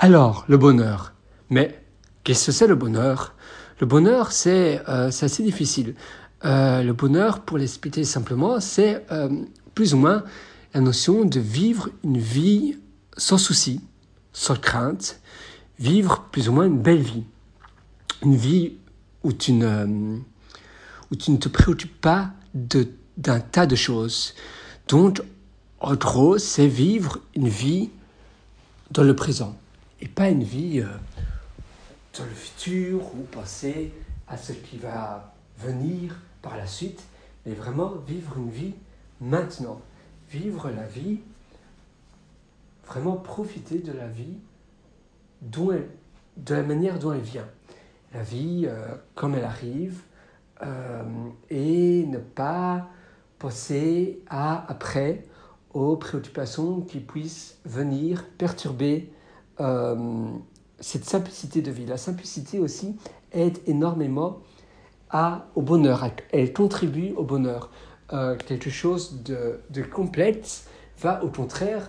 Alors, le bonheur. Mais qu'est-ce que c'est le bonheur ? Le bonheur, c'est assez difficile. Le bonheur, pour l'expliquer simplement, c'est plus ou moins la notion de vivre une vie sans souci, sans crainte, vivre plus ou moins une belle vie. Une vie où tu ne te préoccupes pas d'un tas de choses. Donc, en gros, c'est vivre une vie dans le présent. Et pas une vie dans le futur ou penser à ce qui va venir par la suite, mais vraiment vivre une vie maintenant. Vivre la vie, vraiment profiter de la vie de la manière dont elle vient. La vie comme elle arrive et ne pas penser après aux préoccupations qui puissent venir perturber cette simplicité de vie. La simplicité aussi aide énormément au bonheur, elle contribue au bonheur. Quelque chose de complexe va au contraire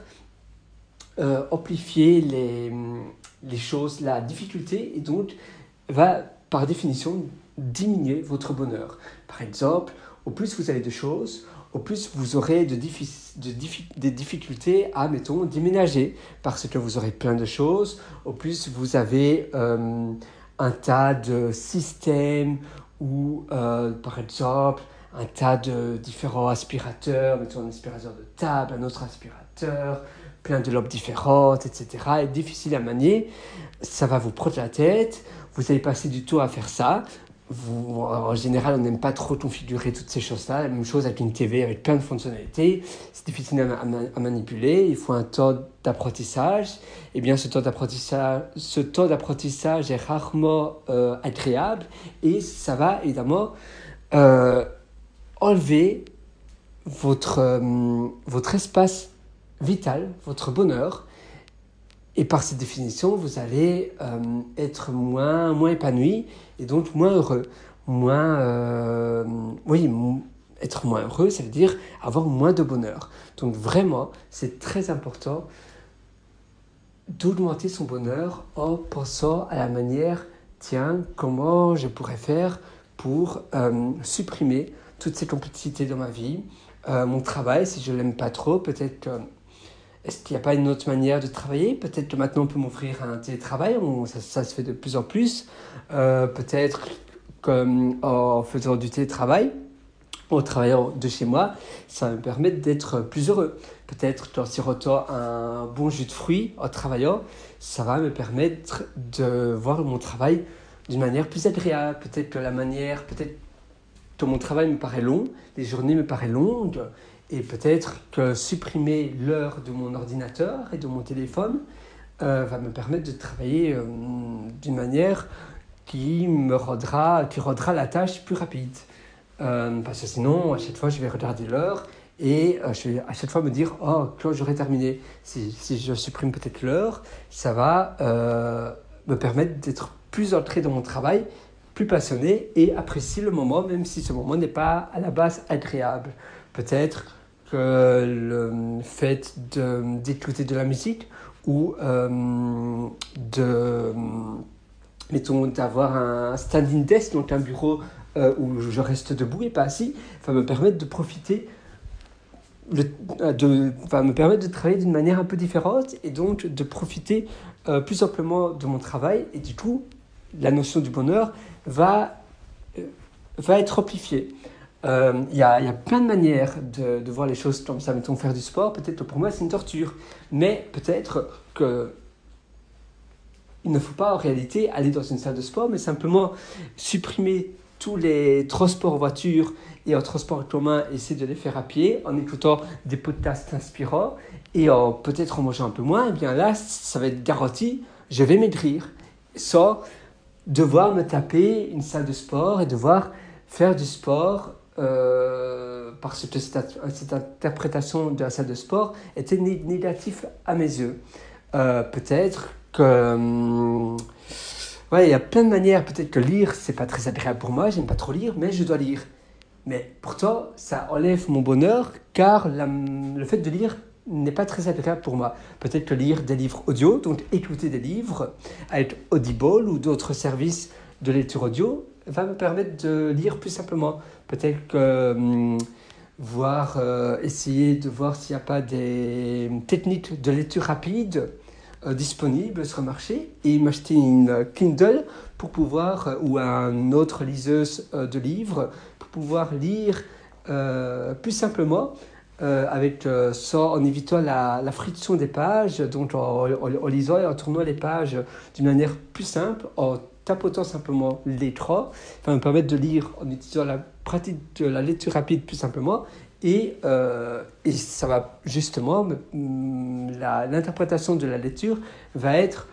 amplifier les choses, la difficulté, et donc va par définition diminuer votre bonheur. Par exemple, au plus vous avez de choses, au plus vous aurez des difficultés à, mettons, déménager, parce que vous aurez plein de choses, au plus vous avez un tas de systèmes ou, par exemple, un tas de différents aspirateurs, mettons un aspirateur de table, un autre aspirateur, plein de lobes différentes, etc. Et difficile à manier, ça va vous prendre la tête, vous allez passer du temps à faire ça. En général, on n'aime pas trop configurer toutes ces choses-là. La même chose avec une TV avec plein de fonctionnalités. C'est difficile à manipuler. Il faut un temps d'apprentissage. Et bien, ce temps d'apprentissage est rarement agréable. Et ça va évidemment enlever votre espace vital, votre bonheur. Et par cette définition, vous allez être moins épanoui et donc moins heureux. Être moins heureux, ça veut dire avoir moins de bonheur. Donc vraiment, c'est très important d'augmenter son bonheur en pensant à la manière, comment je pourrais faire pour supprimer toutes ces complexités dans ma vie. Mon travail, si je ne l'aime pas trop, peut-être que est-ce qu'il n'y a pas une autre manière de travailler ? Peut-être que maintenant on peut m'offrir un télétravail, ça se fait de plus en plus. Peut-être qu'en faisant du télétravail, en travaillant de chez moi, ça va me permettre d'être plus heureux. Peut-être qu'en sirotant un bon jus de fruits en travaillant, ça va me permettre de voir mon travail d'une manière plus agréable. Peut-être que mon travail me paraît long, les journées me paraissent longues, et peut-être que supprimer l'heure de mon ordinateur et de mon téléphone va me permettre de travailler d'une manière qui rendra la tâche plus rapide. Parce que sinon, à chaque fois, je vais regarder l'heure et je vais à chaque fois me dire « Oh, quand j'aurai terminé ?» Si je supprime peut-être l'heure, ça va me permettre d'être plus entré dans mon travail, plus passionné et apprécier le moment, même si ce moment n'est pas à la base agréable. Peut-être que le fait d'écouter de la musique ou d'avoir un standing desk, donc un bureau où je reste debout et pas assis, va me permettre de profiter, va me permettre de travailler d'une manière un peu différente et donc de profiter plus amplement de mon travail. Et du coup, la notion du bonheur va être amplifiée. Il y a plein de manières de voir les choses comme ça. Mettons, faire du sport, peut-être que pour moi c'est une torture, mais peut-être qu'il ne faut pas en réalité aller dans une salle de sport, mais simplement supprimer tous les transports en voiture et en transport en commun, essayer de les faire à pied en écoutant des podcasts inspirants et peut-être en mangeant un peu moins. Et bien là, ça va être garanti, je vais maigrir sans devoir me taper une salle de sport et devoir faire du sport parce que cette interprétation de la salle de sport était négative à mes yeux. Peut-être que il y a plein de manières. Peut-être que lire, c'est pas très agréable pour moi, j'aime pas trop lire, mais je dois lire. Mais pourtant, ça enlève mon bonheur, car le fait de lire n'est pas très agréable pour moi. Peut-être que lire des livres audio, donc écouter des livres avec Audible ou d'autres services de lecture audio, va me permettre de lire plus simplement. Peut-être que essayer de voir s'il n'y a pas des techniques de lecture rapide disponibles sur le marché et m'acheter une Kindle pour pouvoir, ou un autre liseuse de livres, pour pouvoir lire plus simplement en évitant la friction des pages, donc en lisant et en tournant les pages d'une manière plus simple, en tapotant simplement l'écran, va me permettre de lire en utilisant la pratique de la lecture rapide plus simplement, et ça va justement, l'interprétation de la lecture va être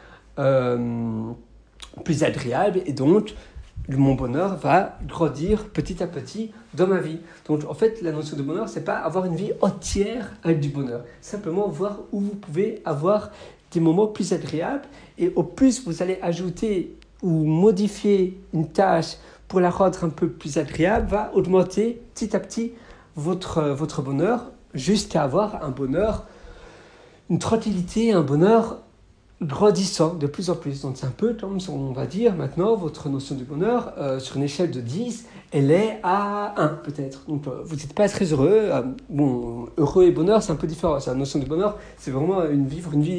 plus agréable, et donc mon bonheur va grandir petit à petit dans ma vie. Donc en fait, la notion de bonheur, c'est pas avoir une vie entière avec du bonheur. Simplement voir où vous pouvez avoir des moments plus agréables, et au plus vous allez ajouter ou modifier une tâche pour la rendre un peu plus agréable, va augmenter petit à petit votre bonheur, jusqu'à avoir un bonheur, une tranquillité, un bonheur grandissant de plus en plus. Donc c'est un peu comme, on va dire maintenant, votre notion du bonheur, sur une échelle de 10, elle est à 1 peut-être. Donc vous n'êtes pas très heureux. Heureux et bonheur, c'est un peu différent. C'est la notion du bonheur, c'est vraiment vivre une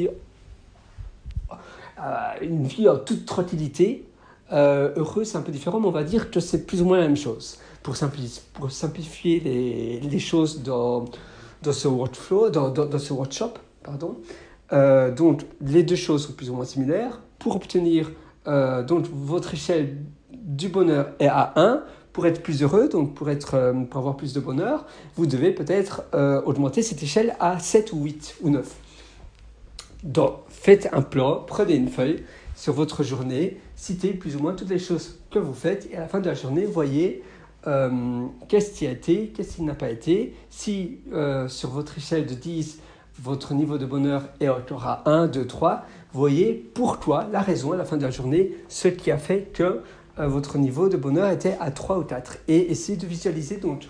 vie en toute tranquillité. Heureux, c'est un peu différent, mais on va dire que c'est plus ou moins la même chose. Pour simplifier les choses dans ce workflow, dans ce workshop, pardon. Donc, les deux choses sont plus ou moins similaires. Pour obtenir, donc, votre échelle du bonheur est à 1. Pour être plus heureux, donc pour avoir plus de bonheur, vous devez peut-être augmenter cette échelle à 7 ou 8 ou 9. Donc, faites un plan, prenez une feuille sur votre journée, citez plus ou moins toutes les choses que vous faites, et à la fin de la journée, voyez qu'est-ce qui a été, qu'est-ce qui n'a pas été. Si sur votre échelle de 10, votre niveau de bonheur est encore à 1, 2, 3, voyez pourquoi, la raison à la fin de la journée, ce qui a fait que votre niveau de bonheur était à 3 ou 4. Et essayez de visualiser, donc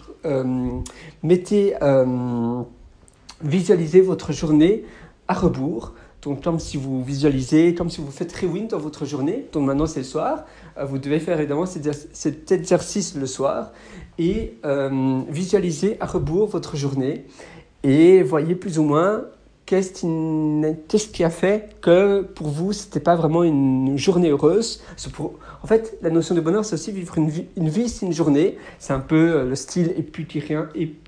visualisez votre journée à rebours. Donc, comme si vous visualisez, comme si vous faites rewind dans votre journée. Donc, maintenant, c'est le soir. Vous devez faire évidemment cet exercice le soir et visualiser à rebours votre journée. Et voyez plus ou moins qu'est-ce qui a fait que pour vous, ce n'était pas vraiment une journée heureuse. En fait, la notion de bonheur, c'est aussi vivre une vie, c'est une journée. C'est un peu le style épicurien,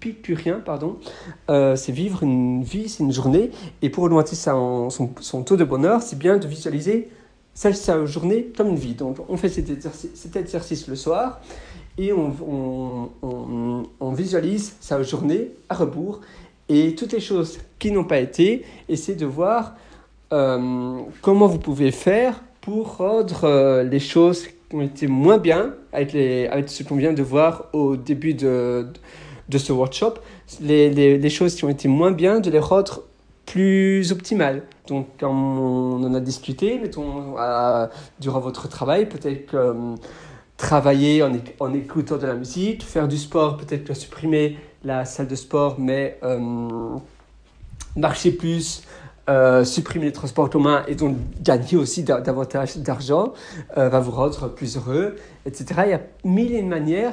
c'est vivre une vie, c'est une journée. Et pour augmenter son taux de bonheur, c'est bien de visualiser sa journée comme une vie. Donc, on fait cet exercice le soir et on visualise sa journée à rebours. Et toutes les choses qui n'ont pas été, essayez de voir comment vous pouvez faire pour rendre les choses qui ont été moins bien, avec ce qu'on vient de voir au début de ce workshop, les choses qui ont été moins bien, de les rendre plus optimales. Donc, comme on en a discuté, mettons, durant votre travail, peut-être travailler en écoutant de la musique, faire du sport, peut-être supprimer la salle de sport, mais marcher plus, supprimer les transports en commun et donc gagner aussi davantage d'argent, va vous rendre plus heureux, etc. Il y a mille et une manières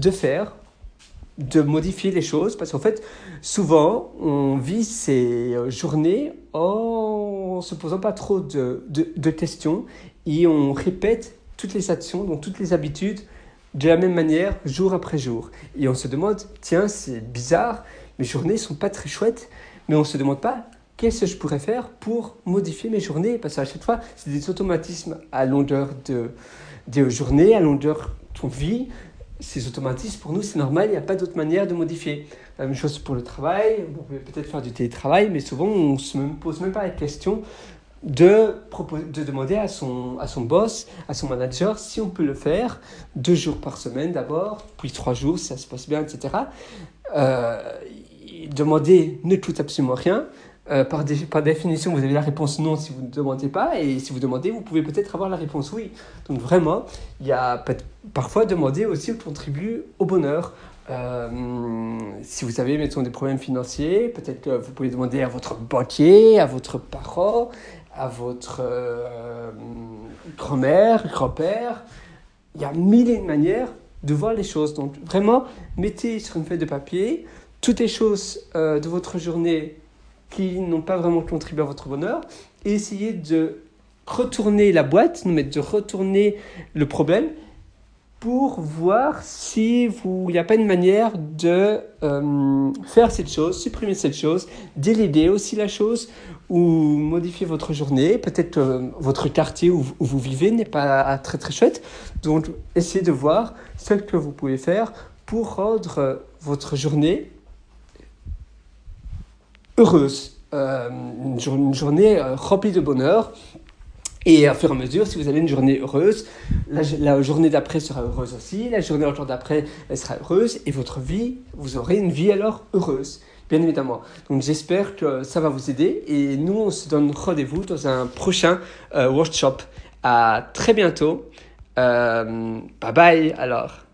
de modifier les choses, parce qu'en fait, souvent, on vit ces journées en se posant pas trop de questions, et on répète toutes les actions, donc toutes les habitudes, de la même manière, jour après jour. Et on se demande, tiens, c'est bizarre, mes journées ne sont pas très chouettes, mais on ne se demande pas, qu'est-ce que je pourrais faire pour modifier mes journées? Parce qu'à chaque fois, c'est des automatismes à longueur de journée, à longueur qu'on vit. Ces automatismes, pour nous, c'est normal, il n'y a pas d'autre manière de modifier. La même chose pour le travail, on peut peut-être faire du télétravail, mais souvent, on ne se pose même pas la question de demander à son boss, à son manager, si on peut le faire 2 jours par semaine d'abord, puis 3 jours si ça se passe bien, etc. Demander ne coûte absolument rien. Par définition, vous avez la réponse non si vous ne demandez pas, et si vous demandez, vous pouvez peut-être avoir la réponse oui. Donc vraiment, il y a parfois demander aussi contribue au bonheur. Si vous avez, mettons, des problèmes financiers, peut-être que vous pouvez demander à votre banquier, à votre parent, à votre grand-mère, grand-père. Il y a mille et une manières de voir les choses. Donc vraiment, mettez sur une feuille de papier toutes les choses de votre journée qui n'ont pas vraiment contribué à votre bonheur et essayez de retourner la boîte, de retourner le problème pour voir si il n'y a pas une manière de faire cette chose, supprimer cette chose, déléguer aussi la chose ou modifier votre journée. Peut-être votre quartier où vous vivez n'est pas très très chouette. Donc essayez de voir ce que vous pouvez faire pour rendre votre journée heureuse. Une journée remplie de bonheur. Et à fur et à mesure, si vous avez une journée heureuse, la journée d'après sera heureuse aussi, la journée encore d'après, elle sera heureuse, et votre vie, vous aurez une vie alors heureuse, bien évidemment. Donc j'espère que ça va vous aider, et nous, on se donne rendez-vous dans un prochain workshop. À très bientôt. Bye bye alors.